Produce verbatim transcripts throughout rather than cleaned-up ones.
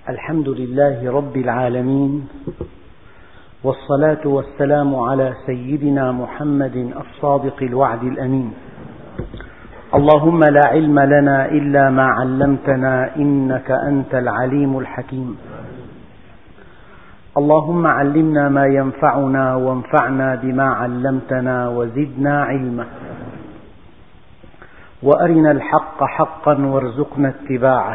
الحمد لله رب العالمين، والصلاة والسلام على سيدنا محمد الصادق الوعد الأمين. اللهم لا علم لنا إلا ما علمتنا إنك أنت العليم الحكيم. اللهم علمنا ما ينفعنا وانفعنا بما علمتنا وزدنا علما، وأرنا الحق حقا وارزقنا اتباعه،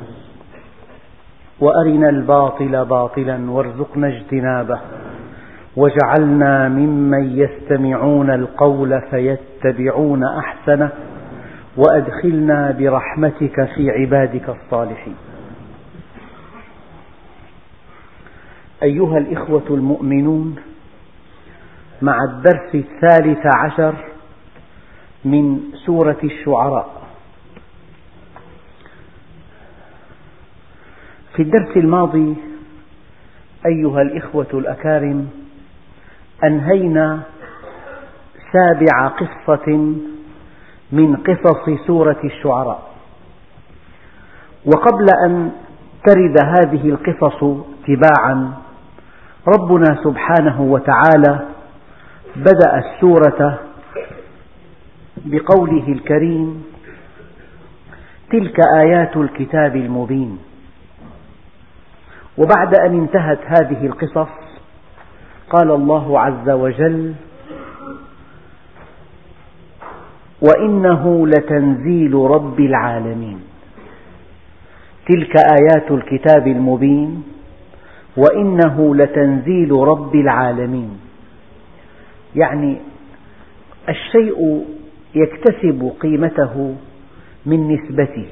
وأرنا الباطل باطلا وارزقنا اجتنابه، واجعلنا ممن يستمعون القول فيتبعون أحسنه، وأدخلنا برحمتك في عبادك الصالحين. أيها الإخوة المؤمنون، مع الدرس الثالث عشر من سورة الشعراء. في الدرس الماضي أيها الإخوة الأكارم أنهينا سابع قصة من قصص سورة الشعراء، وقبل أن ترد هذه القصص تباعا ربنا سبحانه وتعالى بدأ السورة بقوله الكريم: تلك آيات الكتاب المبين. وبعد أن انتهت هذه القصص قال الله عز وجل: وإنه لتنزيل رب العالمين. تلك آيات الكتاب المبين وإنه لتنزيل رب العالمين، يعني الشيء يكتسب قيمته من نسبته.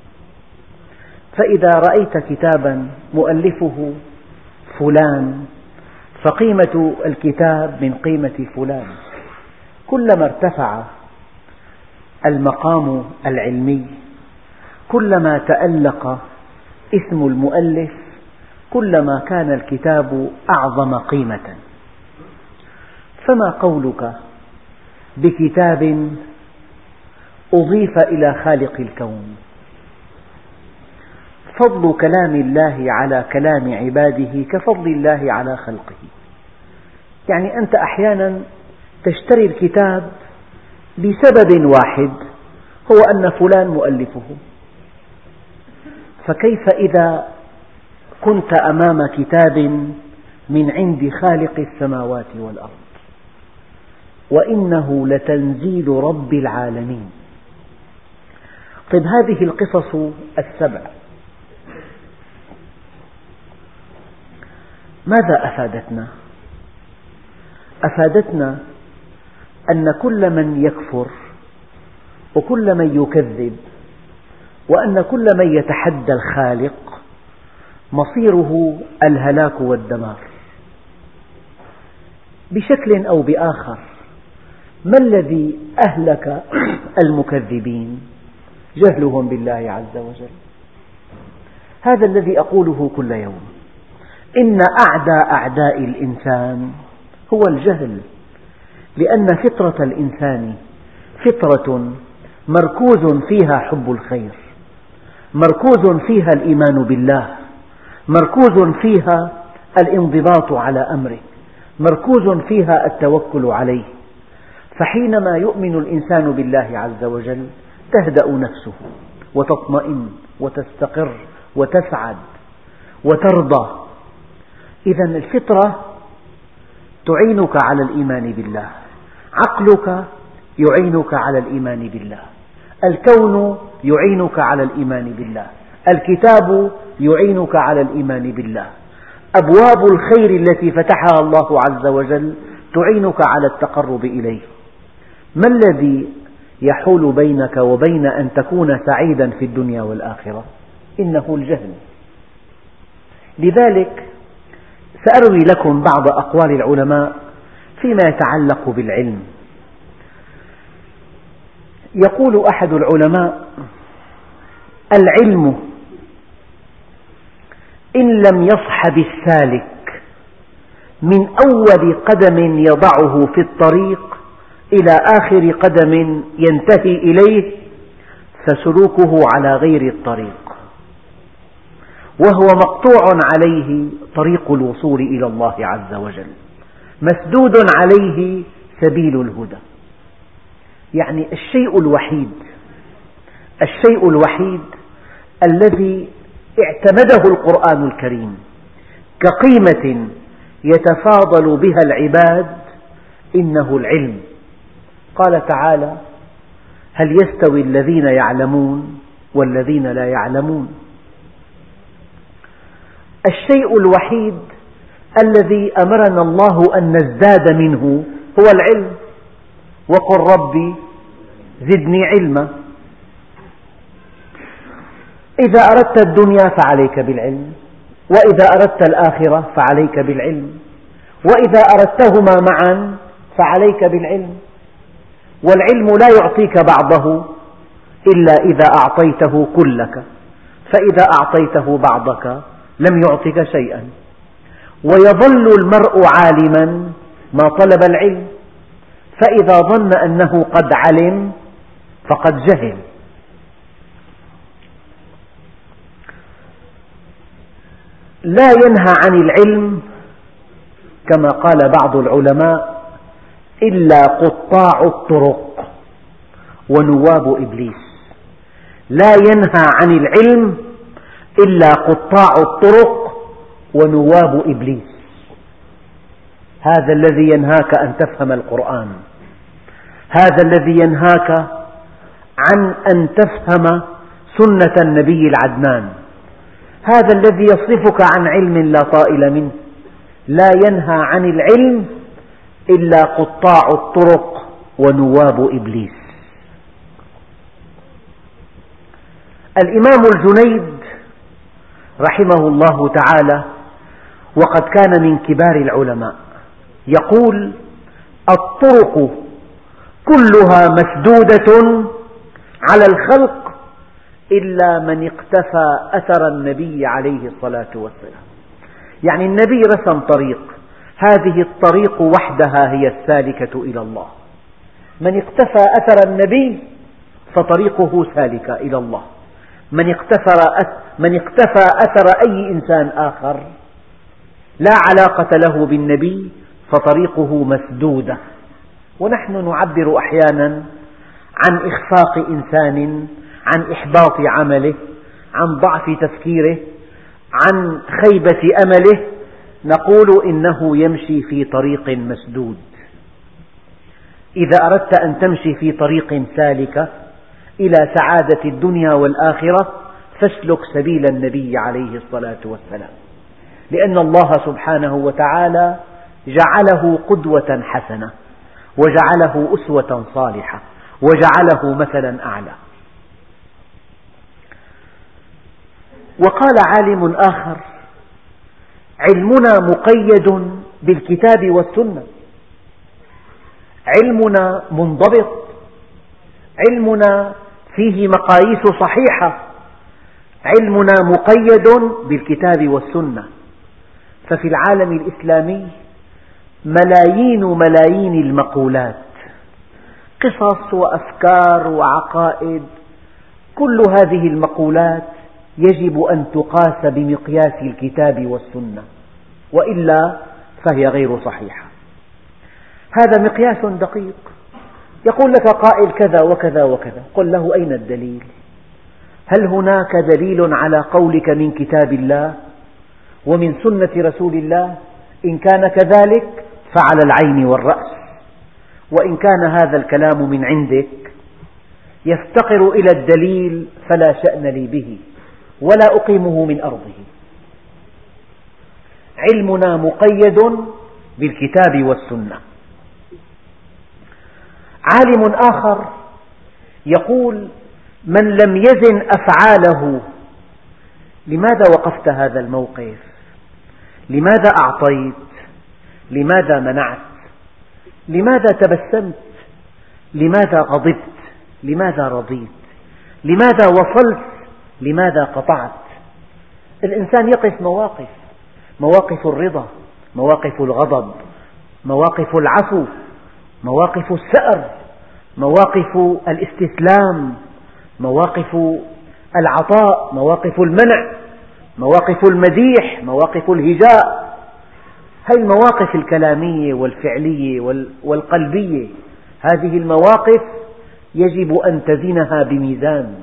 فإذا رأيت كتابا مؤلفه فلان فقيمة الكتاب من قيمة فلان. كلما ارتفع المقام العلمي، كلما تألق اسم المؤلف، كلما كان الكتاب أعظم قيمة. فما قولك بكتاب أضيف إلى خالق الكون؟ فضل كلام الله على كلام عباده كفضل الله على خلقه. يعني أنت أحيانا تشتري الكتاب بسبب واحد، هو أن فلان مؤلفه، فكيف إذا كنت أمام كتاب من عند خالق السماوات والأرض؟ وإنه لتنزيل رب العالمين. طيب، هذه القصص السبع ماذا أفادتنا؟ أفادتنا أن كل من يكفر وكل من يكذب وأن كل من يتحدى الخالق مصيره الهلاك والدمار بشكل أو بآخر. ما الذي أهلك المكذبين؟ جهلهم بالله عز وجل. هذا الذي أقوله كل يوم، إن أعدى أعداء الإنسان هو الجهل، لأن فطرة الإنسان فطرة مركوز فيها حب الخير، مركوز فيها الإيمان بالله، مركوز فيها الانضباط على أمره، مركوز فيها التوكل عليه. فحينما يؤمن الإنسان بالله عز وجل تهدأ نفسه وتطمئن وتستقر وتسعد وترضى. إذن الفطرة تعينك على الإيمان بالله، عقلك يعينك على الإيمان بالله، الكون يعينك على الإيمان بالله، الكتاب يعينك على الإيمان بالله، أبواب الخير التي فتحها الله عز وجل تعينك على التقرب إليه. ما الذي يحول بينك وبين أن تكون سعيدا في الدنيا والآخرة؟ إنه الجهل. لذلك سأروي لكم بعض أقوال العلماء فيما يتعلق بالعلم. يقول أحد العلماء: العلم إن لم يصحب السالك من أول قدم يضعه في الطريق إلى آخر قدم ينتهي إليه فسلوكه على غير الطريق. وهو مقطوع عليه طريق الوصول إلى الله عز وجل، مسدود عليه سبيل الهدى. يعني الشيء الوحيد الشيء الوحيد الذي اعتمده القرآن الكريم كقيمة يتفاضل بها العباد إنه العلم. قال تعالى: هل يستوي الذين يعلمون والذين لا يعلمون؟ الشيء الوحيد الذي أمرنا الله أن نزداد منه هو العلم، وقل ربي زدني علما. إذا أردت الدنيا فعليك بالعلم، وإذا أردت الآخرة فعليك بالعلم، وإذا أردتهما معا فعليك بالعلم. والعلم لا يعطيك بعضه إلا إذا أعطيته كلك، فإذا أعطيته بعضك لم يعطك شيئا. ويظل المرء عالما ما طلب العلم، فإذا ظن أنه قد علم فقد جهل. لا ينهى عن العلم كما قال بعض العلماء إلا قطاع الطرق ونواب إبليس. لا ينهى عن العلم إلا قطاع الطرق ونواب إبليس. هذا الذي ينهاك أن تفهم القرآن، هذا الذي ينهاك عن أن تفهم سنة النبي العدنان، هذا الذي يصرفك عن علم لا طائل منه. لا ينهى عن العلم إلا قطاع الطرق ونواب إبليس. الإمام الجنيد رحمه الله تعالى، وقد كان من كبار العلماء، يقول: الطرق كلها مسدودة على الخلق إلا من اقتفى أثر النبي عليه الصلاة والسلام. يعني النبي رسم طريق، هذه الطريق وحدها هي السالكة إلى الله. من اقتفى أثر النبي فطريقه سالكة إلى الله. من اقتفى من اقتفى أثر أي إنسان آخر لا علاقة له بالنبي فطريقه مسدودة. ونحن نعبر أحيانا عن إخفاق إنسان، عن إحباط عمله، عن ضعف تفكيره، عن خيبة أمله، نقول إنه يمشي في طريق مسدود. إذا أردت أن تمشي في طريق سالك إلى سعادة الدنيا والآخرة فاسلك سبيل النبي عليه الصلاة والسلام، لأن الله سبحانه وتعالى جعله قدوة حسنة، وجعله أسوة صالحة، وجعله مثلا أعلى. وقال عالم آخر: علمنا مقيد بالكتاب والسنة، علمنا منضبط، علمنا فيه مقاييس صحيحة، علمنا مقيد بالكتاب والسنة. ففي العالم الإسلامي ملايين ملايين المقولات، قصص وأفكار وعقائد، كل هذه المقولات يجب أن تقاس بمقياس الكتاب والسنة، وإلا فهي غير صحيحة. هذا مقياس دقيق. يقول لك قائل كذا وكذا وكذا، قل له: أين الدليل؟ هل هناك دليل على قولك من كتاب الله ومن سنة رسول الله؟ إن كان كذلك فعلى العين والرأس، وإن كان هذا الكلام من عندك يفتقر إلى الدليل فلا شأن لي به ولا أقيمه من أرضه. علمنا مقيد بالكتاب والسنة. عالم آخر يقول: من لم يزن أفعاله، لماذا وقفت هذا الموقف؟ لماذا أعطيت؟ لماذا منعت؟ لماذا تبسمت؟ لماذا غضبت؟ لماذا رضيت؟ لماذا وصلت؟ لماذا قطعت؟ الإنسان يقف مواقف، مواقف الرضا، مواقف الغضب، مواقف العفو، مواقف السأر، مواقف الاستسلام، مواقف العطاء، مواقف المنع. مواقف المديح، مواقف الهجاء، هذه المواقف الكلامية والفعلية والقلبية، هذه المواقف يجب أن تزنها بميزان.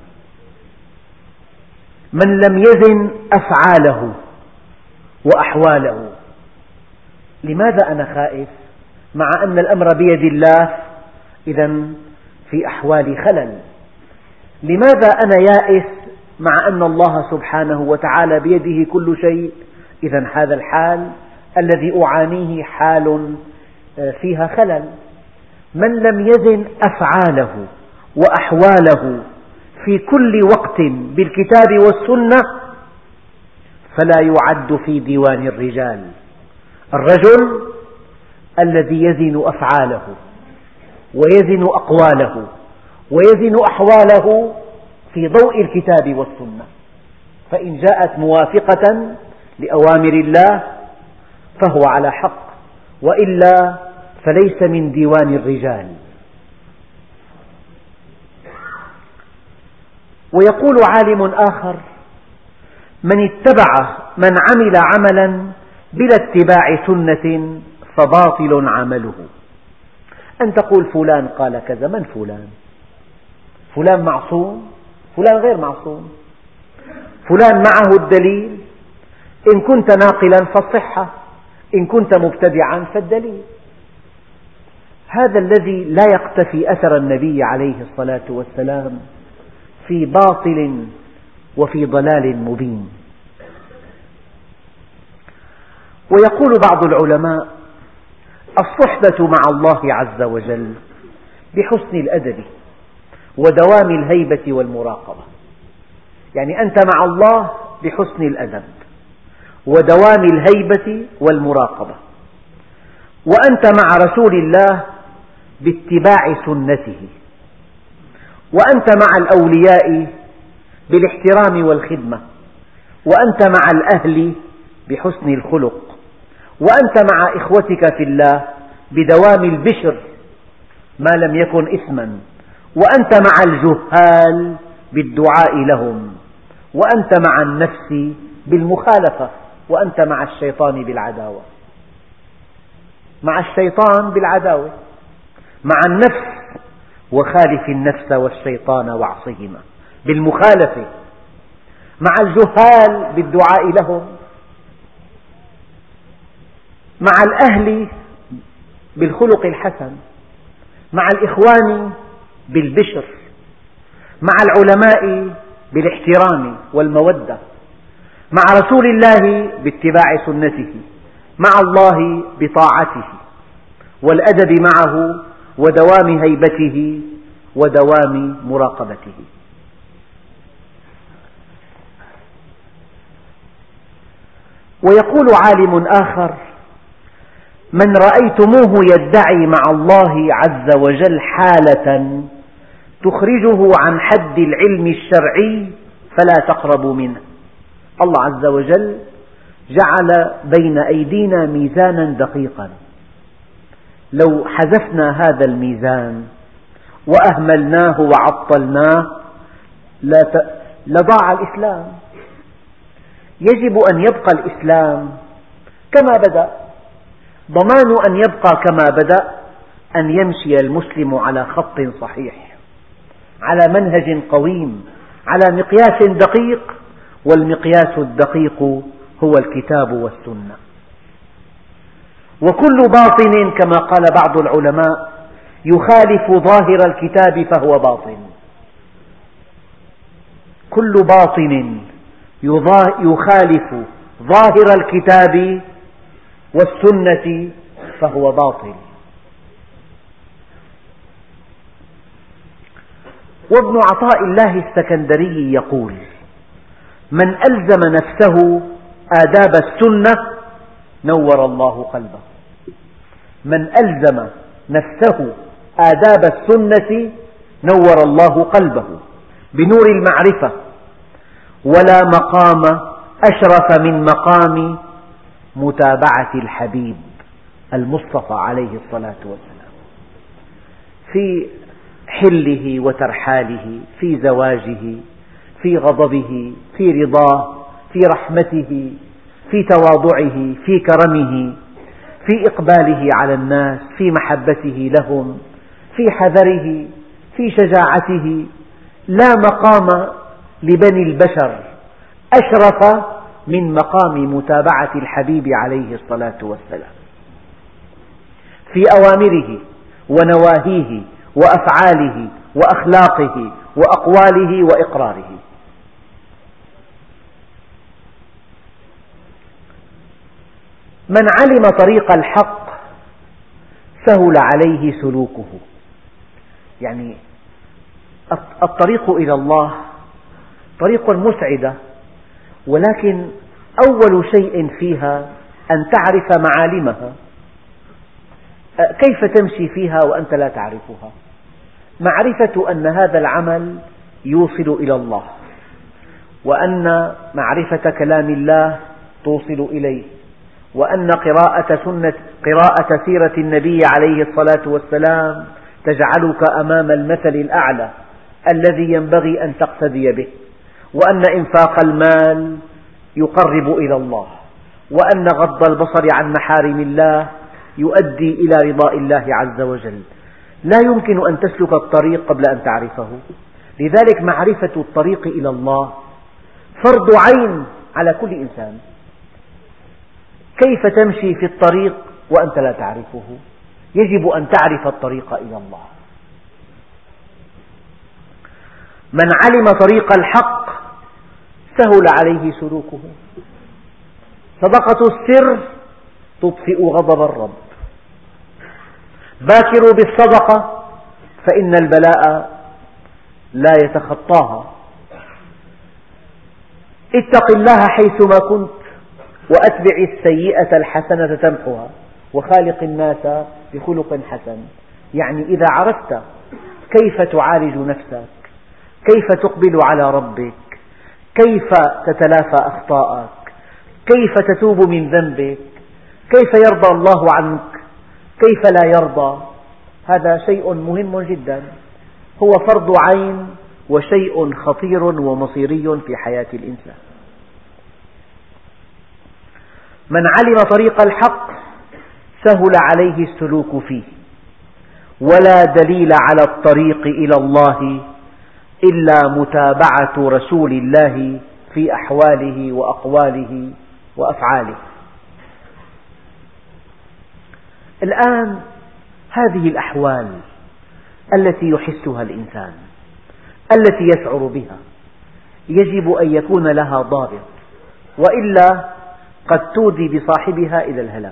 من لم يزن أفعاله وأحواله، لماذا أنا خائف مع أن الأمر بيد الله؟ إذن في أحوالي خلل. لماذا أنا يائس مع أن الله سبحانه وتعالى بيده كل شيء؟ إذن هذا الحال الذي أعانيه حال فيها خلل. من لم يزن أفعاله وأحواله في كل وقت بالكتاب والسنة فلا يعد في ديوان الرجال. الرجل الذي يزن أفعاله ويزن أقواله ويزن أحواله في ضوء الكتاب والسنة، فإن جاءت موافقة لأوامر الله فهو على حق، وإلا فليس من ديوان الرجال. ويقول عالم آخر: من اتبع من عمل عملا بلا اتباع سنة فباطل عمله. أن تقول فلان قال كذا، من فلان؟ فلان معصوم؟ فلان غير معصوم. فلان معه الدليل، إن كنت ناقلا فالصحة، إن كنت مبتدعا فالدليل. هذا الذي لا يقتفي أثر النبي عليه الصلاة والسلام في باطل وفي ضلال مبين. ويقول بعض العلماء: الصحبة مع الله عز وجل بحسن الأدب ودوام الهيبة والمراقبة. يعني أنت مع الله بحسن الأدب ودوام الهيبة والمراقبة، وأنت مع رسول الله باتباع سنته، وأنت مع الأولياء بالاحترام والخدمة، وأنت مع الأهل بحسن الخلق، وأنت مع إخوتك في الله بدوام البشر ما لم يكن إثما، وأنت مع الجهال بالدعاء لهم، وأنت مع النفس بالمخالفة، وأنت مع الشيطان بالعداوة. مع الشيطان بالعداوة، مع النفس وخالف النفس والشيطان واعصهما بالمخالفة، مع الجهال بالدعاء لهم، مع الأهل بالخلق الحسن، مع الإخوان بالبشر، مع العلماء بالاحترام والمودة، مع رسول الله باتباع سنته، مع الله بطاعته والأدب معه ودوام هيبته ودوام مراقبته. ويقول عالم آخر: من رأيتموه يدعي مع الله عز وجل حالة تخرجه عن حد العلم الشرعي فلا تقربوا منه. الله عز وجل جعل بين أيدينا ميزانا دقيقا، لو حذفنا هذا الميزان وأهملناه وعطلناه لضاع الإسلام. يجب أن يبقى الإسلام كما بدأ. ضمان أن يبقى كما بدأ أن يمشي المسلم على خط صحيح، على منهج قويم، على مقياس دقيق، والمقياس الدقيق هو الكتاب والسنة. وكل باطن كما قال بعض العلماء يخالف ظاهر الكتاب فهو باطل. كل باطن يخالف ظاهر الكتاب والسنة فهو باطل. وابن عطاء الله السكندري يقول: من ألزم نفسه آداب السنة نور الله قلبه. من ألزم نفسه آداب السنة نور الله قلبه بنور المعرفة، ولا مقام أشرف من مقام متابعة الحبيب المصطفى عليه الصلاة والسلام في حله وترحاله، في زواجه، في غضبه، في رضاه، في في رحمته، في تواضعه، في كرمه، في إقباله على الناس، في محبته لهم، في حذره، في شجاعته. لا مقام لبني البشر أشرف من مقام متابعة الحبيب عليه الصلاة والسلام في أوامره ونواهيه وأفعاله وأخلاقه وأقواله وإقراره. من علم طريق الحق سهل عليه سلوكه. يعني الطريق إلى الله طريق مسعدة، ولكن أول شيء فيها أن تعرف معالمها. كيف تمشي فيها وأنت لا تعرفها؟ معرفة أن هذا العمل يوصل إلى الله، وأن معرفة كلام الله توصل إليه، وأن قراءة سنة قراءة سيرة النبي عليه الصلاة والسلام تجعلك أمام المثل الأعلى الذي ينبغي أن تقتدي به، وأن إنفاق المال يقرب إلى الله، وأن غض البصر عن محارم الله يؤدي إلى رضاء الله عز وجل. لا يمكن أن تسلك الطريق قبل أن تعرفه. لذلك معرفة الطريق إلى الله فرض عين على كل إنسان. كيف تمشي في الطريق وأنت لا تعرفه؟ يجب أن تعرف الطريق إلى الله. من علم طريق الحق سهل عليه سلوكه. صدقة السر تطفئ غضب الرب. باكروا بالصدقة فإن البلاء لا يتخطاها. اتق الله حيثما كنت وأتبع السيئة الحسنة تمحها وخالق الناس بخلق حسن. يعني إذا عرفت كيف تعالج نفسك، كيف تقبل على ربك، كيف تتلافى أخطاءك، كيف تتوب من ذنبك، كيف يرضى الله عنك، كيف لا يرضى، هذا شيء مهم جدا، هو فرض عين وشيء خطير ومصيري في حياة الإنسان. من علم طريق الحق سهل عليه السلوك فيه، ولا دليل على الطريق إلى الله إلا متابعة رسول الله في أحواله وأقواله وأفعاله. الآن هذه الأحوال التي يحسها الإنسان، التي يشعر بها، يجب أن يكون لها ضابط، وإلا قد تودي بصاحبها إلى الهلاك.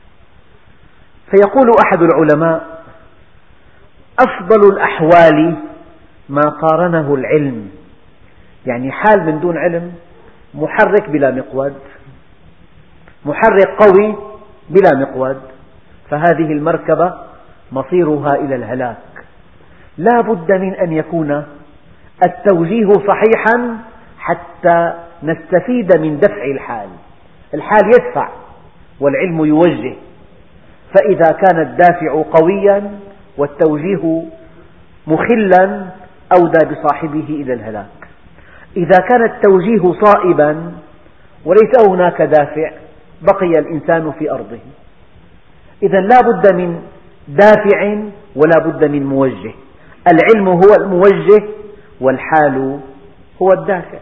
فيقول أحد العلماء: أفضل الأحوال ما قارنه العلم. يعني حال من دون علم محرك بلا مقود، محرك قوي بلا مقود، فهذه المركبة مصيرها إلى الهلاك. لا بد من أن يكون التوجيه صحيحا حتى نستفيد من دفع الحال. الحال يدفع والعلم يوجه، فإذا كان الدافع قويا والتوجيه مخلا أودى بصاحبه إلى الهلاك. إذا كان التوجيه صائبا وليس هناك دافع بقي الإنسان في أرضه. إذا لا بد من دافع ولا بد من موجه. العلم هو الموجه والحال هو الدافع.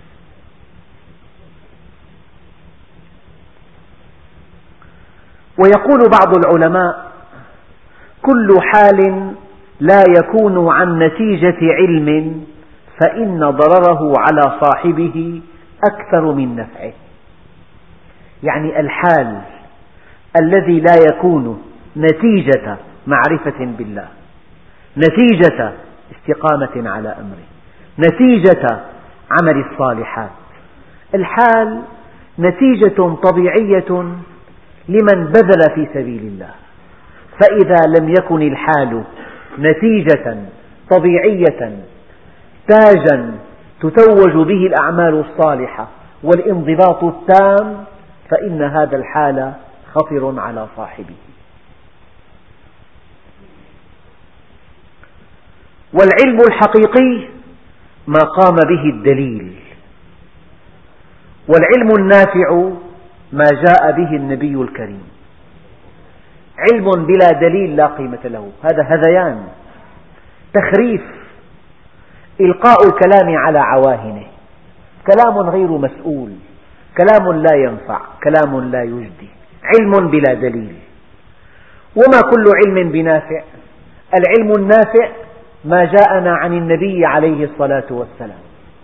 ويقول بعض العلماء: كل حال لا يكون عن نتيجة علم فإن ضرره على صاحبه أكثر من نفعه. يعني الحال الذي لا يكون نتيجة معرفة بالله، نتيجة استقامة على أمره، نتيجة عمل الصالحات، الحال نتيجة طبيعية لمن بذل في سبيل الله. فإذا لم يكن الحال نتيجة طبيعية تاجا تتوج به الأعمال الصالحة والانضباط التام فإن هذا الحال خطر على صاحبه. والعلم الحقيقي ما قام به الدليل، والعلم النافع ما جاء به النبي الكريم. علم بلا دليل لا قيمة له، هذا هذيان، تخريف، إلقاء الكلام على عواهنه، كلام غير مسؤول، كلام لا ينفع، كلام لا يجدي، علم بلا دليل. وما كل علم بنافع، العلم النافع ما جاءنا عن النبي عليه الصلاة والسلام،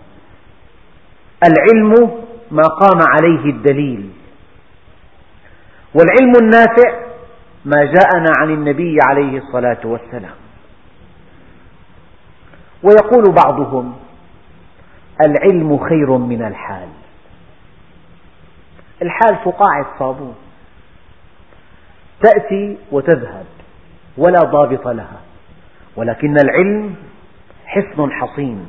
العلم ما قام عليه الدليل، والعلم النافع ما جاءنا عن النبي عليه الصلاة والسلام. ويقول بعضهم: العلم خير من الحال. الحال فقاعة صابون تأتي وتذهب ولا ضابط لها، ولكن العلم حصن حصين.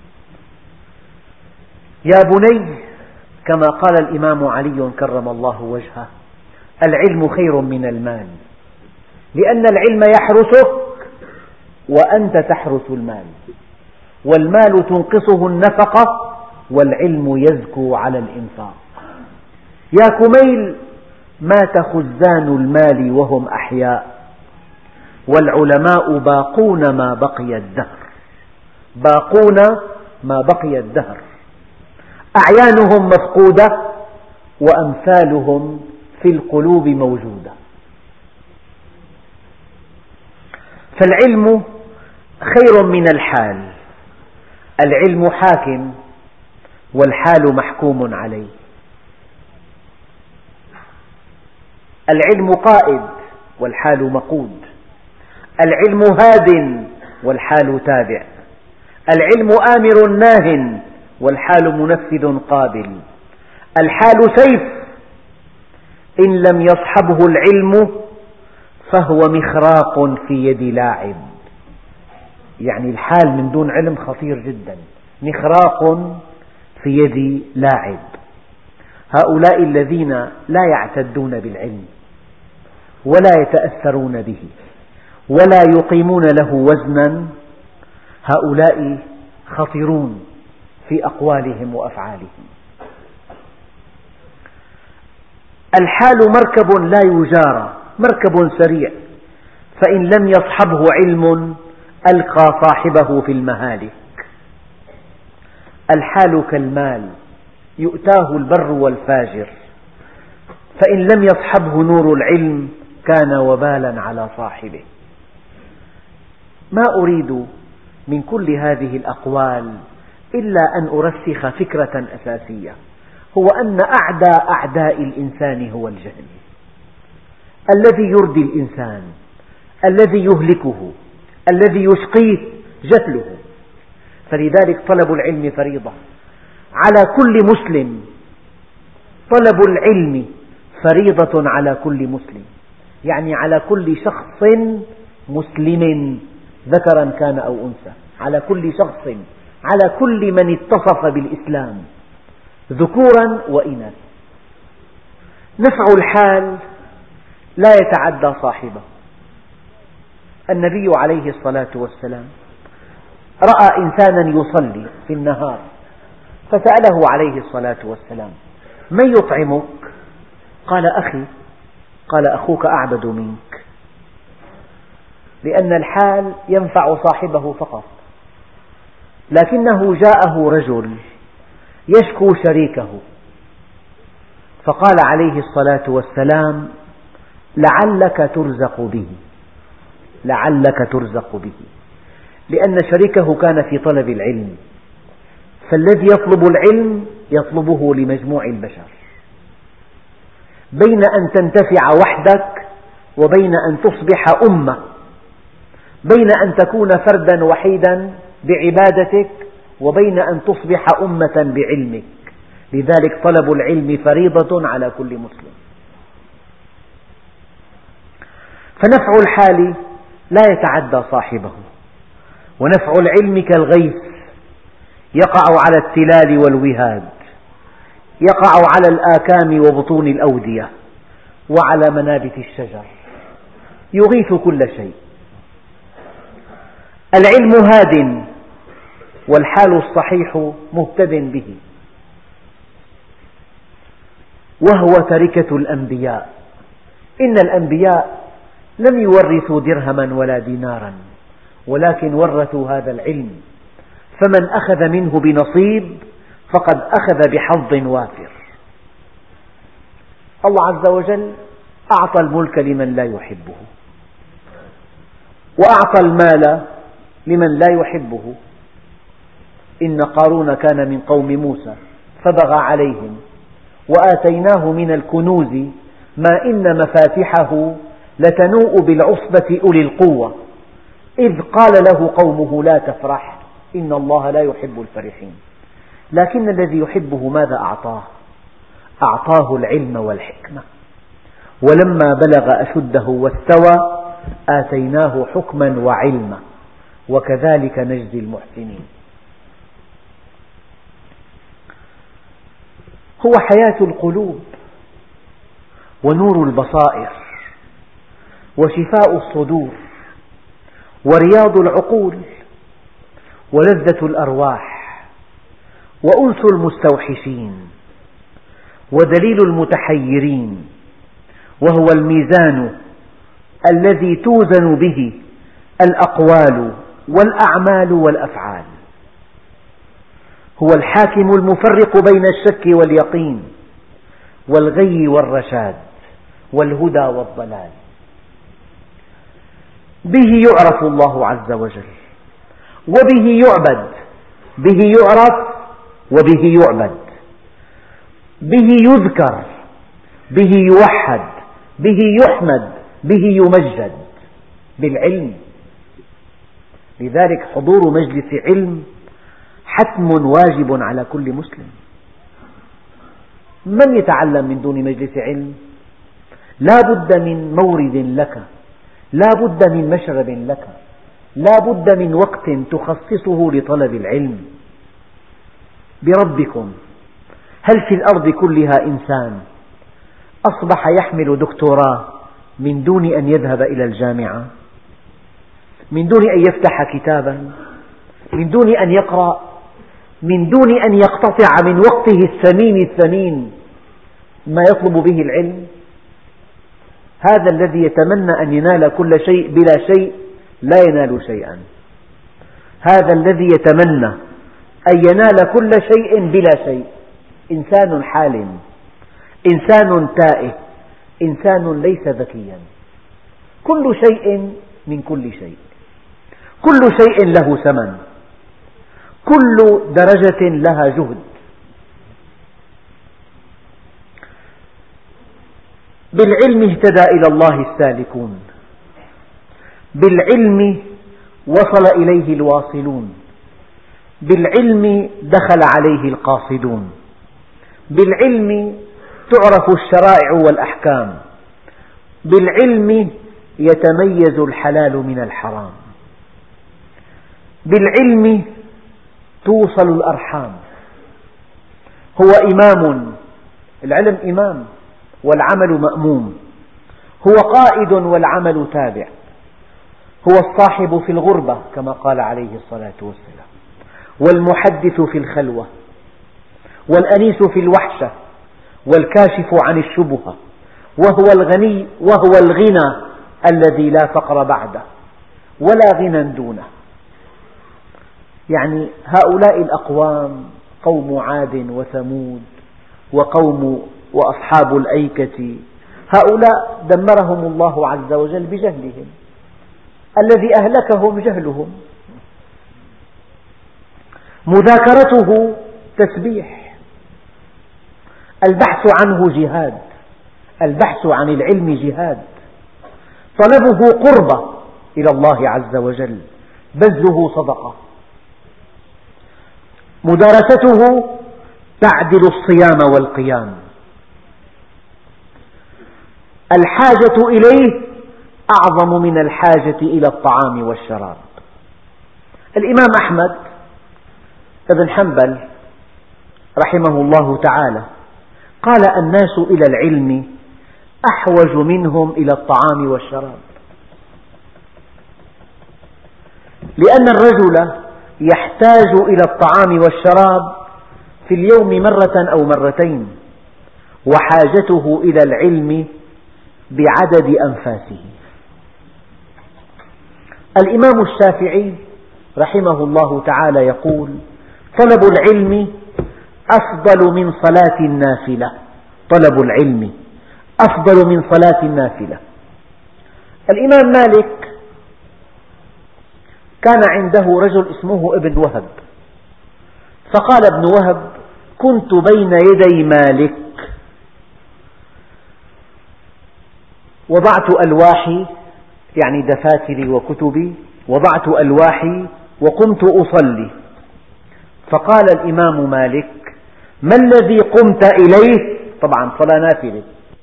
يا بني، كما قال الإمام علي كرم الله وجهه: العلم خير من المال، لأن العلم يحرسك وأنت تحرس المال، والمال تنقصه النفقة والعلم يزكو على الإنفاق. يا كميل، مات خزان المال وهم أحياء، والعلماء باقون ما بقي الدهر، باقون ما بقي الدهر، أعيانهم مفقودة وأمثالهم في القلوب موجودة. فالعلم خير من الحال، العلم حاكم والحال محكوم عليه، العلم قائد والحال مقود، العلم هاد والحال تابع، العلم آمر ناه والحال منفذ قابل، الحال سيف إن لم يصحبه العلم فهو مخراق في يد لاعب. يعني الحال من دون علم خطير جدا، مخراق في يد لاعب. هؤلاء الذين لا يعتدون بالعلم ولا يتأثرون به ولا يقيمون له وزنا، هؤلاء خطيرون في أقوالهم وأفعالهم. الحال مركب لا يجارى، مركب سريع، فإن لم يصحبه علم ألقى صاحبه في المهالك. الحال كالمال يؤتاه البر والفاجر، فإن لم يصحبه نور العلم كان وبالا على صاحبه. ما أريد من كل هذه الأقوال إلا أن أرسخ فكرة أساسية، هو أن أعدى أعداء الإنسان هو الجهل، الذي يردي الإنسان، الذي يهلكه، الذي يشقيه جهله. فلذلك طلب العلم فريضة على كل مسلم، طلب العلم فريضة على كل مسلم، يعني على كل شخص مسلم ذكرا كان أو أنثى، على كل شخص، على كل من اتصف بالإسلام ذكورا وإناثا. نفع الحال لا يتعدى صاحبه. النبي عليه الصلاة والسلام رأى إنسانا يصلي في النهار فسأله عليه الصلاة والسلام: من يطعمك؟ قال: أخي. قال: أخوك أعبد منك، لأن الحال ينفع صاحبه فقط. لكنه جاءه رجل يشكو شريكه فقال عليه الصلاة والسلام: لعلك ترزق به، لعلك ترزق به، لأن شريكه كان في طلب العلم، فالذي يطلب العلم يطلبه لمجموع البشر، بين أن تنتفع وحدك وبين أن تصبح أمة، بين أن تكون فردا وحيدا بعبادتك وبين أن تصبح أمة بعلمك. لذلك طلب العلم فريضة على كل مسلم. فنفع الحال لا يتعدى صاحبه، ونفع العلم كالغيث يقع على التلال والوهاد، يقع على الآكام وبطون الأودية وعلى منابت الشجر، يغيث كل شيء. العلم هاد والحال الصحيح مهتد به. وهو تركة الأنبياء. إن الأنبياء لم يورثوا درهما ولا دينارا، ولكن ورثوا هذا العلم، فمن أخذ منه بنصيب فقد أخذ بحظ وافر. الله عز وجل أعطى الملك لمن لا يحبه، وأعطى المال لمن لا يحبه. إن قارون كان من قوم موسى فبغى عليهم وآتيناه من الكنوز ما إن مفاتحه لتنوء بالعصبة أولي القوة إذ قال له قومه لا تفرح إن الله لا يحب الفرحين. لكن الذي يحبه ماذا أعطاه؟ أعطاه العلم والحكمة، ولما بلغ أشده واستوى آتيناه حكما وعلما وكذلك نجزي المحسنين. هو حياة القلوب ونور البصائر وشفاء الصدور ورياض العقول ولذة الأرواح وأنس المستوحشين ودليل المتحيرين، وهو الميزان الذي توزن به الأقوال والأعمال والأفعال. هو الحاكم المفرق بين الشك واليقين والغي والرشاد والهدى والضلال. به يعرف الله عز وجل وبه يعبد، به يعرف وبه يعبد، به يذكر، به يوحد، به يحمد، به يمجد، بالعلم. لذلك حضور مجلس علم حتم واجب على كل مسلم. من يتعلم من دون مجلس علم؟ لا بد من مورد لك، لا بد من مشرب لك، لا بد من وقت تخصصه لطلب العلم. بربكم، هل في الأرض كلها إنسان أصبح يحمل دكتوراه من دون أن يذهب إلى الجامعة، من دون أن يفتح كتابا، من دون أن يقرأ، من دون أن يقتطع من وقته الثمين الثمين ما يطلب به العلم؟ هذا الذي يتمنى أن ينال كل شيء بلا شيء لا ينال شيئا. هذا الذي يتمنى أن ينال كل شيء بلا شيء إنسان حالم، إنسان تائه، إنسان ليس ذكيا. كل شيء من كل شيء، كل شيء له ثمن، كل درجة لها جهد. بالعلم اهتدى إلى الله السالكون، بالعلم وصل إليه الواصلون، بالعلم دخل عليه القاصدون، بالعلم تعرف الشرائع والأحكام، بالعلم يتميز الحلال من الحرام، بالعلم توصل الأرحام. هو إمام، العلم إمام والعمل مأموم، هو قائد والعمل تابع، هو الصاحب في الغربة كما قال عليه الصلاة والسلام، والمحدث في الخلوة، والأنيس في الوحشة، والكاشف عن الشبهة، وهو الغني وهو الغنى الذي لا فقر بعده ولا غنى دونه. يعني هؤلاء الأقوام قوم عاد وثمود وقوم وأصحاب الأيكة، هؤلاء دمرهم الله عز وجل بجهلهم، الذي أهلكهم جهلهم. مذاكرته تسبيح، البحث عنه جهاد، البحث عن العلم جهاد، طلبه قربة إلى الله عز وجل، بذله صدقة، مدارسته تعدل الصيام والقيام، الحاجة إليه أعظم من الحاجة إلى الطعام والشراب. الإمام أحمد بن حنبل رحمه الله تعالى قال: الناس إلى العلم أحوج منهم إلى الطعام والشراب، لأن الرجل يحتاج إلى الطعام والشراب في اليوم مرة أو مرتين، وحاجته إلى العلم بعدد أنفاسه. الإمام الشافعي رحمه الله تعالى يقول: طلب العلم أفضل من صلاة النافلة. طلب العلم أفضل من صلاة النافلة. الإمام مالك كان عنده رجل اسمه ابن وهب، فقال ابن وهب: كنت بين يدي مالك وضعت ألواحي، يعني دفاتري وكتبي، وضعت ألواحي وقمت أصلي، فقال الإمام مالك: ما الذي قمت إليه؟ طبعا صلاة نافلة،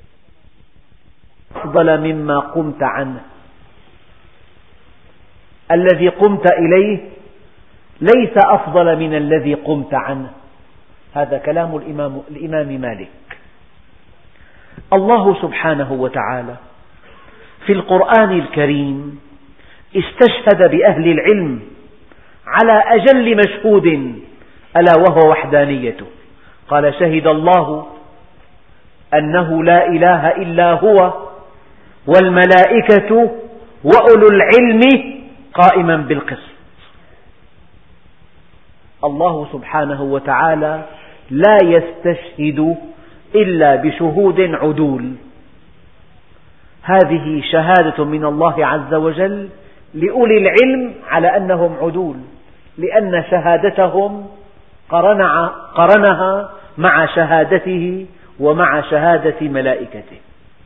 أفضل مما قمت عنه. الذي قمت إليه ليس أفضل من الذي قمت عنه. هذا كلام الإمام, الإمام مالك. الله سبحانه وتعالى في القرآن الكريم استشهد بأهل العلم على أجل مشهود، ألا وهو وحدانيته. قال: شهد الله أنه لا إله إلا هو والملائكة وأولو العلم قائما بالقسط. الله سبحانه وتعالى لا يستشهد إلا بشهود عدول. هذه شهادة من الله عز وجل لأولي العلم على أنهم عدول، لأن شهادتهم قرنها مع شهادته ومع شهادة ملائكته.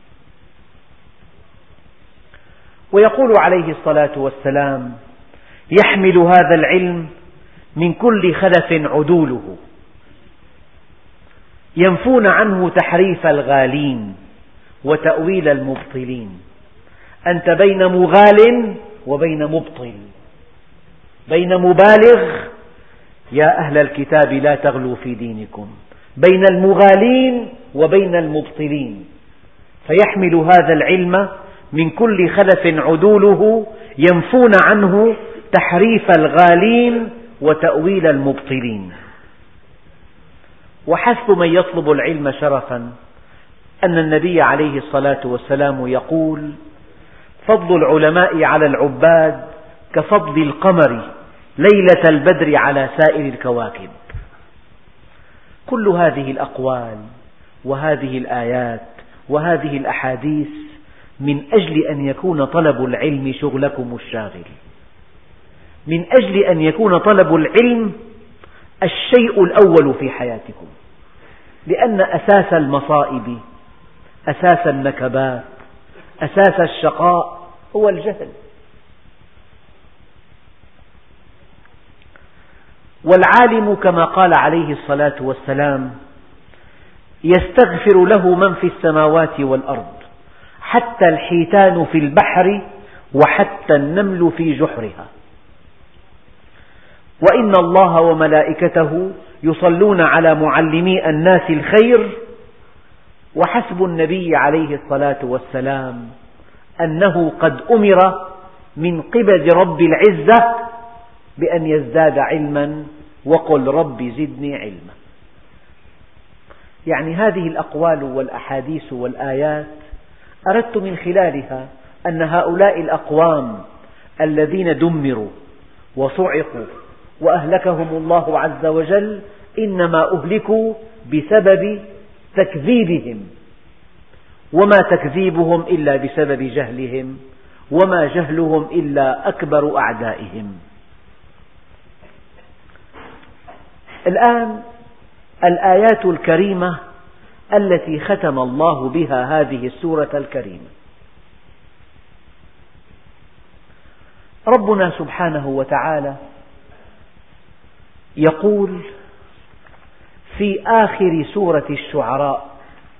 ويقول عليه الصلاة والسلام: يحمل هذا العلم من كل خلف عدوله، ينفون عنه تحريف الغالين وتأويل المبطلين. أنت بين مغال وبين مبطل، بين مبالغ: يا أهل الكتاب لا تغلوا في دينكم، بين المغالين وبين المبطلين. فيحمل هذا العلم من كل خلف عدوله، ينفون عنه تحريف الغالين وتأويل المبطلين. وحسب من يطلب العلم شرفا أن النبي عليه الصلاة والسلام يقول: فضل العلماء على العباد كفضل القمر ليلة البدر على سائر الكواكب. كل هذه الأقوال وهذه الآيات وهذه الأحاديث من أجل أن يكون طلب العلم شغلكم الشاغل، من أجل أن يكون طلب العلم الشيء الأول في حياتكم، لأن أساس المصائب، أساس النكبات، أساس الشقاء هو الجهل. والعالم كما قال عليه الصلاة والسلام: يستغفر له من في السماوات والأرض، حتى الحيتان في البحر وحتى النمل في جحرها، وإن الله وملائكته يصلون على معلمي الناس الخير. وحسب النبي عليه الصلاة والسلام أنه قد أمر من قبل رب العزة بأن يزداد علما، وقل رب زدني علما. يعني هذه الأقوال والأحاديث والآيات أردت من خلالها أن هؤلاء الأقوام الذين دمروا وصعقوا وأهلكهم الله عز وجل إنما أهلكوا بسبب تكذيبهم، وما تكذيبهم إلا بسبب جهلهم، وما جهلهم إلا أكبر أعدائهم. الآن الآيات الكريمة التي ختم الله بها هذه السورة الكريمة. ربنا سبحانه وتعالى يقول في آخر سورة الشعراء: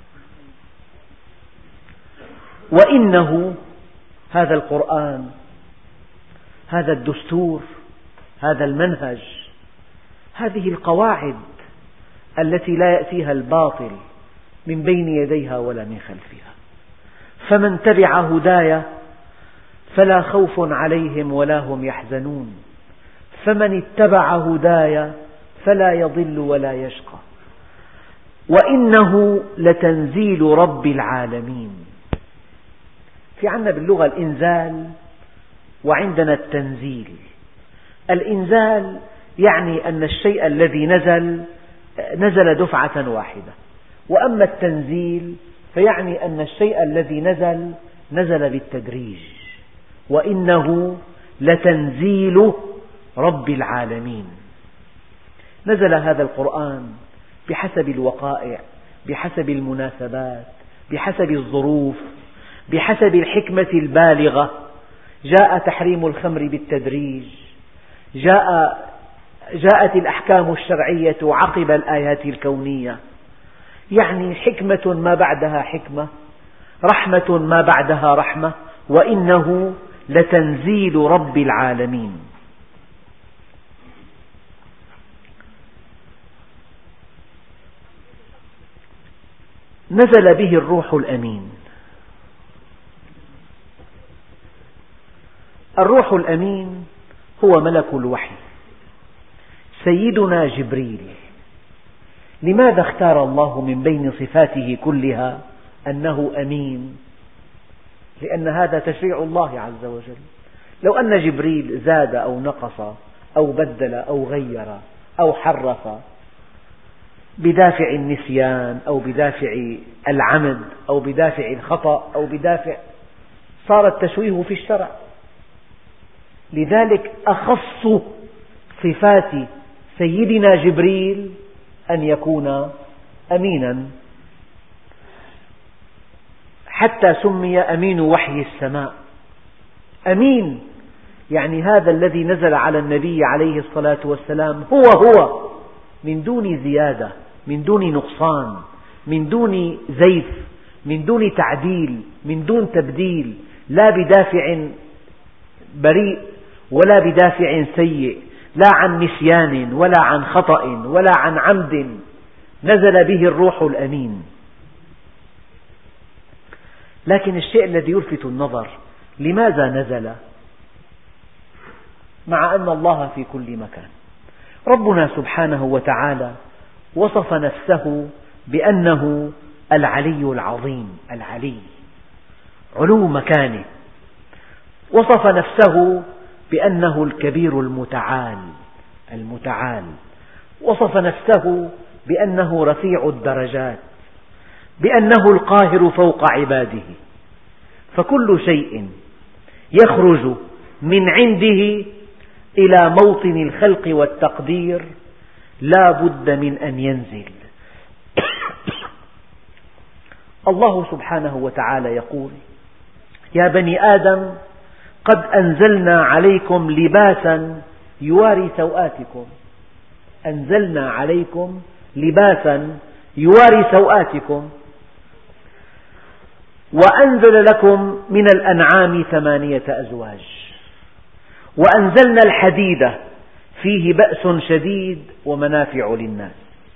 وإنه، هذا القرآن، هذا الدستور، هذا المنهج، هذه القواعد التي لا يأتيها الباطل من بين يديها ولا من خلفها، فمن تبع هداي فلا خوف عليهم ولا هم يحزنون، فمن اتبع هداي فلا يضل ولا يشقى. وإنه لتنزيل رب العالمين. في عندنا باللغة الإنزال وعندنا التنزيل. الإنزال يعني أن الشيء الذي نزل نزل دفعة واحدة، وأما التنزيل فيعني أن الشيء الذي نزل نزل بالتدريج. وإنه لتنزيل رب العالمين. نزل هذا القرآن بحسب الوقائع، بحسب المناسبات، بحسب الظروف، بحسب الحكمة البالغة. جاء تحريم الخمر بالتدريج، جاء جاءت الأحكام الشرعية عقب الآيات الكونية، يعني حكمة ما بعدها حكمة، رحمة ما بعدها رحمة. وإنه لتنزيل رب العالمين. نزل به الروح الأمين. الروح الأمين هو ملك الوحي سيدنا جبريل. لماذا اختار الله من بين صفاته كلها أنه أمين؟ لأن هذا تشريع الله عز وجل. لو أن جبريل زاد أو نقص أو بدل أو غير أو حرف بدافع النسيان أو بدافع العمد أو بدافع الخطأ أو بدافع، صار التشويه في الشرع. لذلك أخص صفات سيدنا جبريل أن يكون أمينا، حتى سمي أمين وحي السماء. أمين يعني هذا الذي نزل على النبي عليه الصلاة والسلام هو هو، من دون زيادة، من دون نقصان، من دون زيف، من دون تعديل، من دون تبديل، لا بدافع بريء ولا بدافع سيء، لا عن نسيان ولا عن خطأ ولا عن عمد. نزل به الروح الأمين. لكن الشيء الذي يلفت النظر، لماذا نزل مع أن الله في كل مكان؟ ربنا سبحانه وتعالى وصف نفسه بأنه العلي العظيم، العلي علو مكانه. وصف نفسه بأنه الكبير المتعال، المتعال. وصف نفسه بأنه رفيع الدرجات، بأنه القاهر فوق عباده. فكل شيء يخرج من عنده إلى موطن الخلق والتقدير لا بد من أن ينزل. الله سبحانه وتعالى يقول: يا بني آدم قد أنزلنا عليكم لباسا يواري سوآتكم. أنزلنا عليكم لباسا يواري سوآتكم وأنزل لكم من الأنعام ثمانية أزواج وأنزلنا الحديد فيه بأس شديد ومنافع للناس.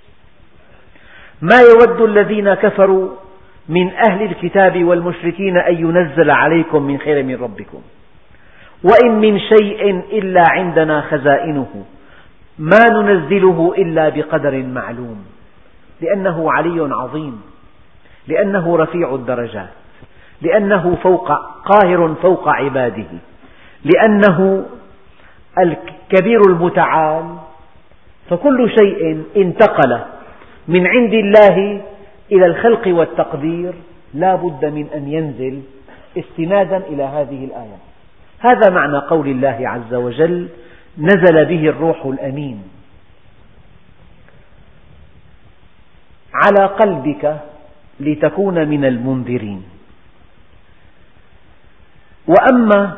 ما يود الذين كفروا من أهل الكتاب والمشركين أن ينزل عليكم من خير من ربكم وإن من شيء إلا عندنا خزائنه ما ننزله إلا بقدر معلوم. لأنه علي عظيم، لأنه رفيع الدرجات، لأنه فوق قاهر فوق عباده، لأنه الكبير المتعال. فكل شيء انتقل من عند الله إلى الخلق والتقدير لا بد من أن ينزل استنادا إلى هذه الآية. هذا معنى قول الله عز وجل: نزل به الروح الأمين على قلبك لتكون من المنذرين. وأما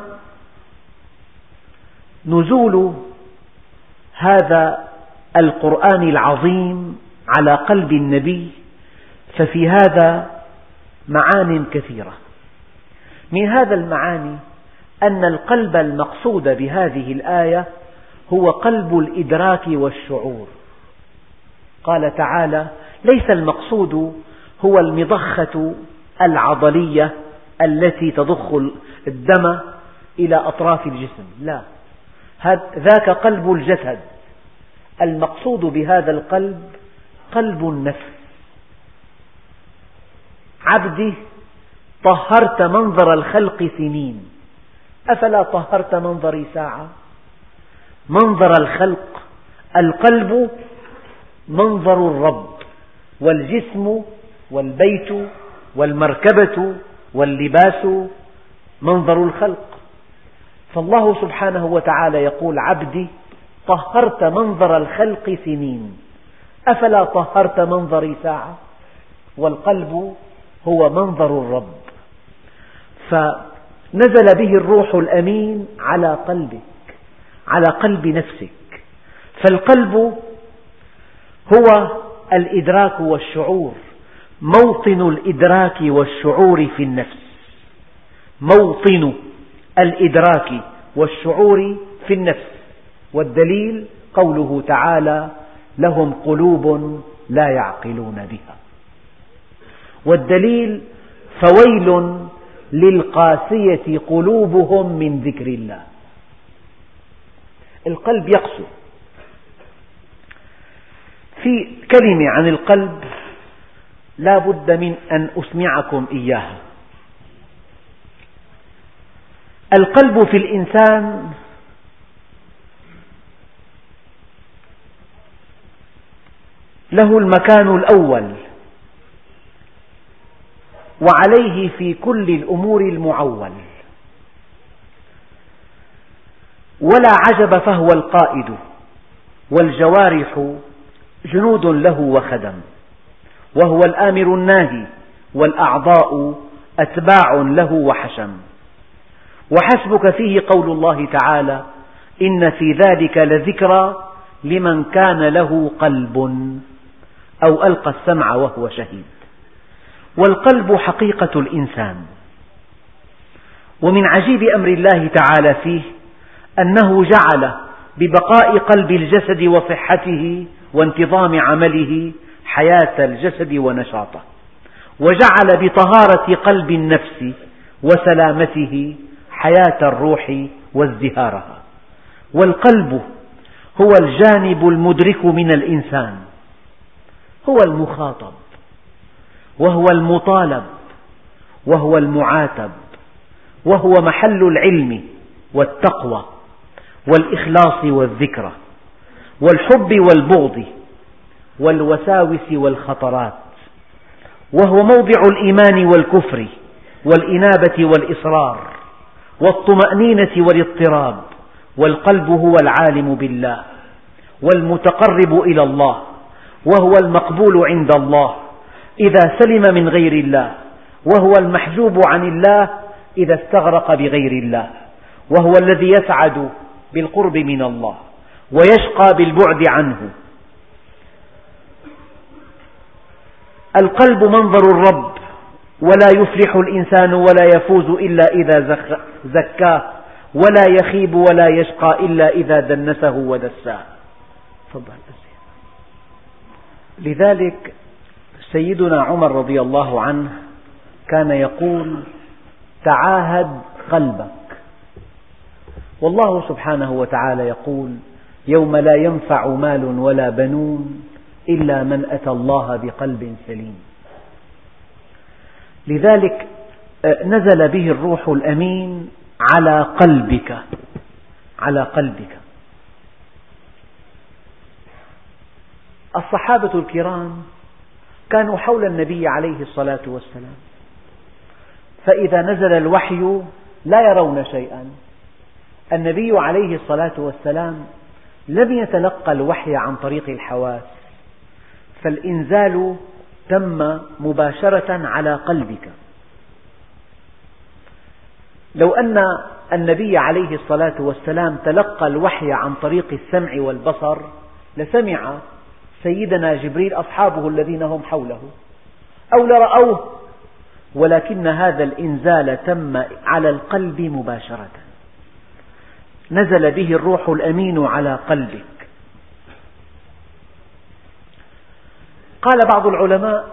نزول هذا القرآن العظيم على قلب النبي ففي هذا معان كثيرة. من هذا المعاني أن القلب المقصود بهذه الآية هو قلب الإدراك والشعور. قال تعالى: ليس المقصود هو المضخة العضلية التي تضخ الدم إلى أطراف الجسم، لا، ذاك قلب الجسد. المقصود بهذا القلب قلب النفس، عبدي طهرت منظر الخلق سنين أفلا طهرت منظري ساعة. منظر الخلق، القلب منظر الرب، والجسم والبيت والمركبة واللباس منظر الخلق. فالله سبحانه وتعالى يقول عبدي طهرت منظر الخلق سنين أفلا طهرت منظري ساعة. والقلب هو منظر الرب، فنزل به الروح الأمين على قلبك، على قلب نفسك. فالقلب هو الإدراك والشعور، موطن الإدراك والشعور في النفس، موطن الإدراك والشعور في النفس. والدليل قوله تعالى لهم قلوب لا يعقلون بها. والدليل فويل للقاسية قلوبهم من ذكر الله. القلب يقسو. في كلمة عن القلب لا بد من أن أسمعكم إياها. القلب في الإنسان له المكان الأول، وعليه في كل الأمور المعول، ولا عجب فهو القائد، والجوارح جنود له وخدم، وهو الآمر الناهي، والأعضاء أتباع له وحشم. وحسبك فيه قول الله تعالى إن في ذلك لذكرى لمن كان له قلب أو ألقى السمع وهو شهيد. والقلب حقيقة الإنسان. ومن عجيب أمر الله تعالى فيه أنه جعل ببقاء قلب الجسد وصحته وانتظام عمله حياة الجسد ونشاطه، وجعل بطهارة قلب النفس وسلامته حياة الروح وازدهارها. والقلب هو الجانب المدرك من الإنسان، هو المخاطب، وهو المطالب، وهو المعاتب، وهو محل العلم والتقوى والإخلاص والذكرى والحب والبغض والوساوس والخطرات، وهو موضع الإيمان والكفر والإنابة والإصرار والطمأنينة والاضطراب. والقلب هو العالم بالله والمتقرب إلى الله، وهو المقبول عند الله إذا سلم من غير الله، وهو المحجوب عن الله إذا استغرق بغير الله، وهو الذي يسعد بالقرب من الله ويشقى بالبعد عنه. القلب منظر الرب، ولا يفلح الإنسان ولا يفوز إلا إذا زكاه، ولا يخيب ولا يشقى إلا إذا دنسه ودساه. تفضل. لذلك سيدنا عمر رضي الله عنه كان يقول تعاهد قلبك. والله سبحانه وتعالى يقول يوم لا ينفع مال ولا بنون إلا من أتى الله بقلب سليم. لذلك نزل به الروح الأمين على قلبك، على قلبك. الصحابة الكرام كانوا حول النبي عليه الصلاة والسلام، فإذا نزل الوحي لا يرون شيئا. النبي عليه الصلاة والسلام لم يتلقى الوحي عن طريق الحواس، فالإنزال تم مباشرة على قلبك. لو أن النبي عليه الصلاة والسلام تلقى الوحي عن طريق السمع والبصر لسمع سيدنا جبريل أصحابه الذين هم حوله أو لرأوه، ولكن هذا الإنزال تم على القلب مباشرة. نزل به الروح الأمين على قلبك. قال بعض العلماء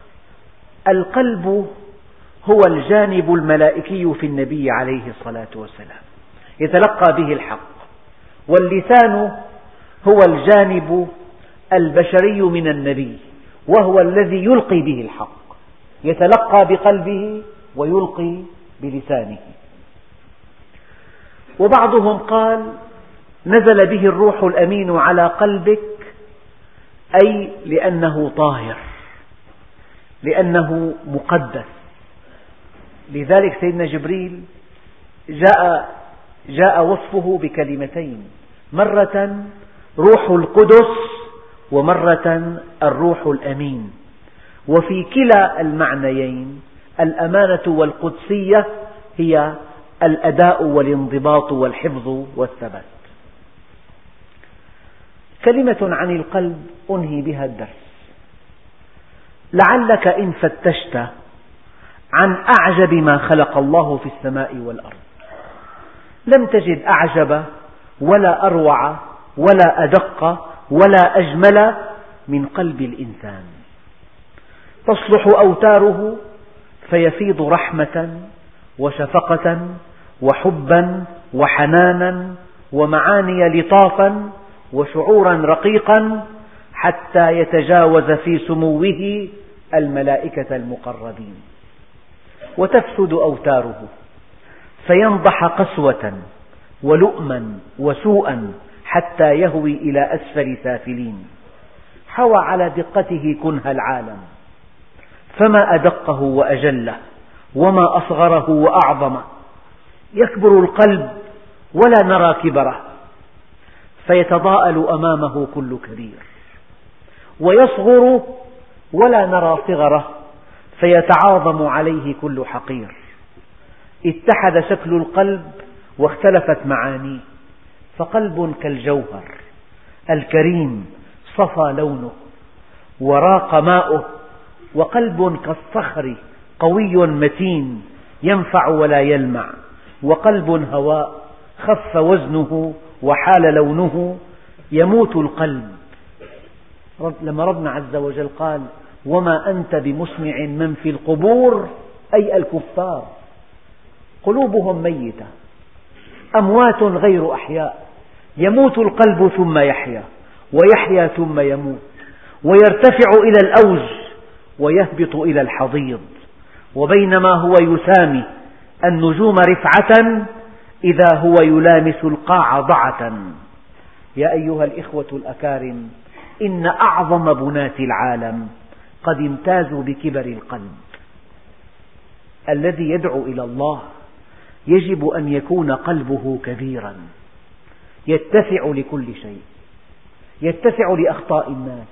القلب هو الجانب الملائكي في النبي عليه الصلاة والسلام، يتلقى به الحق، واللسان هو الجانب البشري من النبي، وهو الذي يلقي به الحق. يتلقى بقلبه ويلقي بلسانه. وبعضهم قال نزل به الروح الأمين على قلبك أي لأنه طاهر، لأنه مقدس. لذلك سيدنا جبريل جاء, جاء وصفه بكلمتين، مرة روح القدس ومرة الروح الأمين، وفي كلا المعنيين الأمانة والقدسية هي الأداء والانضباط والحفظ والثبات. كلمة عن القلب أنهي بها الدرس. لعلك إن فتشت عن أعجب ما خلق الله في السماء والأرض لم تجد أعجب ولا أروع ولا أدق ولا أجمل من قلب الإنسان. تصلح أوتاره فيفيض رحمة وشفقة وحبا وحنانا ومعاني لطافا وشعورا رقيقا حتى يتجاوز في سموه الملائكة المقربين. وتفسد أوتاره فينضح قسوة ولؤما وسوءا حتى يهوي إلى أسفل سافلين. حوى على دقته كنه العالم، فما أدقه وأجله وما أصغره وأعظمه. يكبر القلب ولا نرى كبره، فيتضاءل أمامه كل كبير، ويصغر ولا نرى صغره، فيتعاظم عليه كل حقير. اتحد شكل القلب واختلفت معانيه، فقلب كالجوهر الكريم صفى لونه وراق ماؤه، وقلب كالصخر قوي متين ينفع ولا يلمع، وقلب هواء خف وزنه وحال لونه يموت القلب. لما ربنا عز وجل قال وما أنت بمسمع من في القبور أي الكفار، قلوبهم ميتة أموات غير أحياء، يموت القلب ثم يحيا، ويحيا ثم يموت، ويرتفع إلى الأوج ويهبط إلى الحضيض. وبينما هو يسامي النجوم رفعة إذا هو يلامس القاع ضعة. يا أيها الإخوة الأكارم، إن أعظم بنات العالم قد امتازوا بكبر القلب. الذي يدعو إلى الله يجب أن يكون قلبه كبيرا، يتسع لكل شيء، يتسع لأخطاء الناس،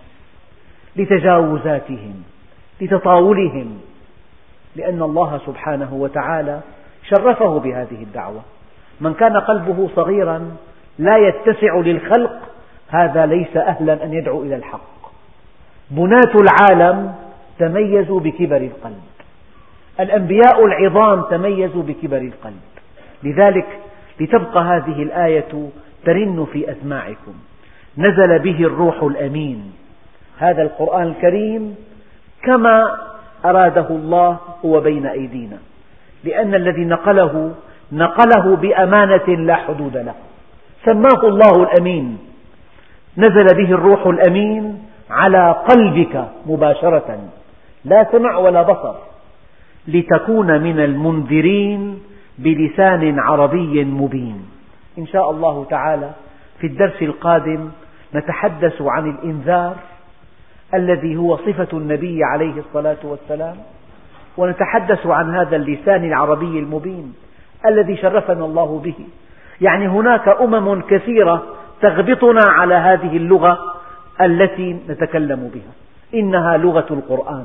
لتجاوزاتهم، لتطاولهم، لأن الله سبحانه وتعالى شرفه بهذه الدعوة. من كان قلبه صغيرا لا يتسع للخلق هذا ليس أهلا أن يدعو إلى الحق. بنات العالم تميزوا بكبر القلب، الأنبياء العظام تميزوا بكبر القلب. لذلك لتبقى هذه الآية ترن في أسماعكم، نزل به الروح الأمين. هذا القرآن الكريم كما أراده الله هو بين أيدينا، لأن الذي نقله نقله بأمانة لا حدود له، سماه الله الأمين. نزل به الروح الأمين على قلبك مباشرة، لا سمع ولا بصر، لتكون من المنذرين بلسان عربي مبين. إن شاء الله تعالى في الدرس القادم نتحدث عن الإنذار الذي هو صفة النبي عليه الصلاة والسلام، ونتحدث عن هذا اللسان العربي المبين الذي شرفنا الله به. يعني هناك أمم كثيرة تغبطنا على هذه اللغة التي نتكلم بها، إنها لغة القرآن.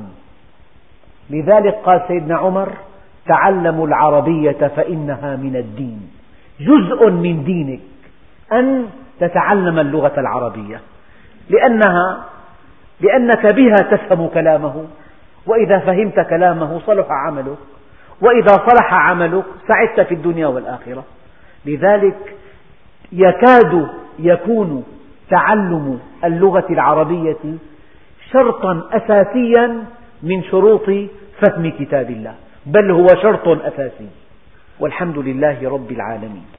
لذلك قال سيدنا عمر تعلموا العربية فإنها من الدين، جزء من دينك أن تتعلم اللغة العربية، لأنها لأنك بها تفهم كلامه، وإذا فهمت كلامه صلح عملك، وإذا صلح عملك سعدت في الدنيا والآخرة. لذلك يكاد يكون تعلم اللغة العربية شرطا أساسيا من شروط فهم كتاب الله، بل هو شرط أساسي. والحمد لله رب العالمين.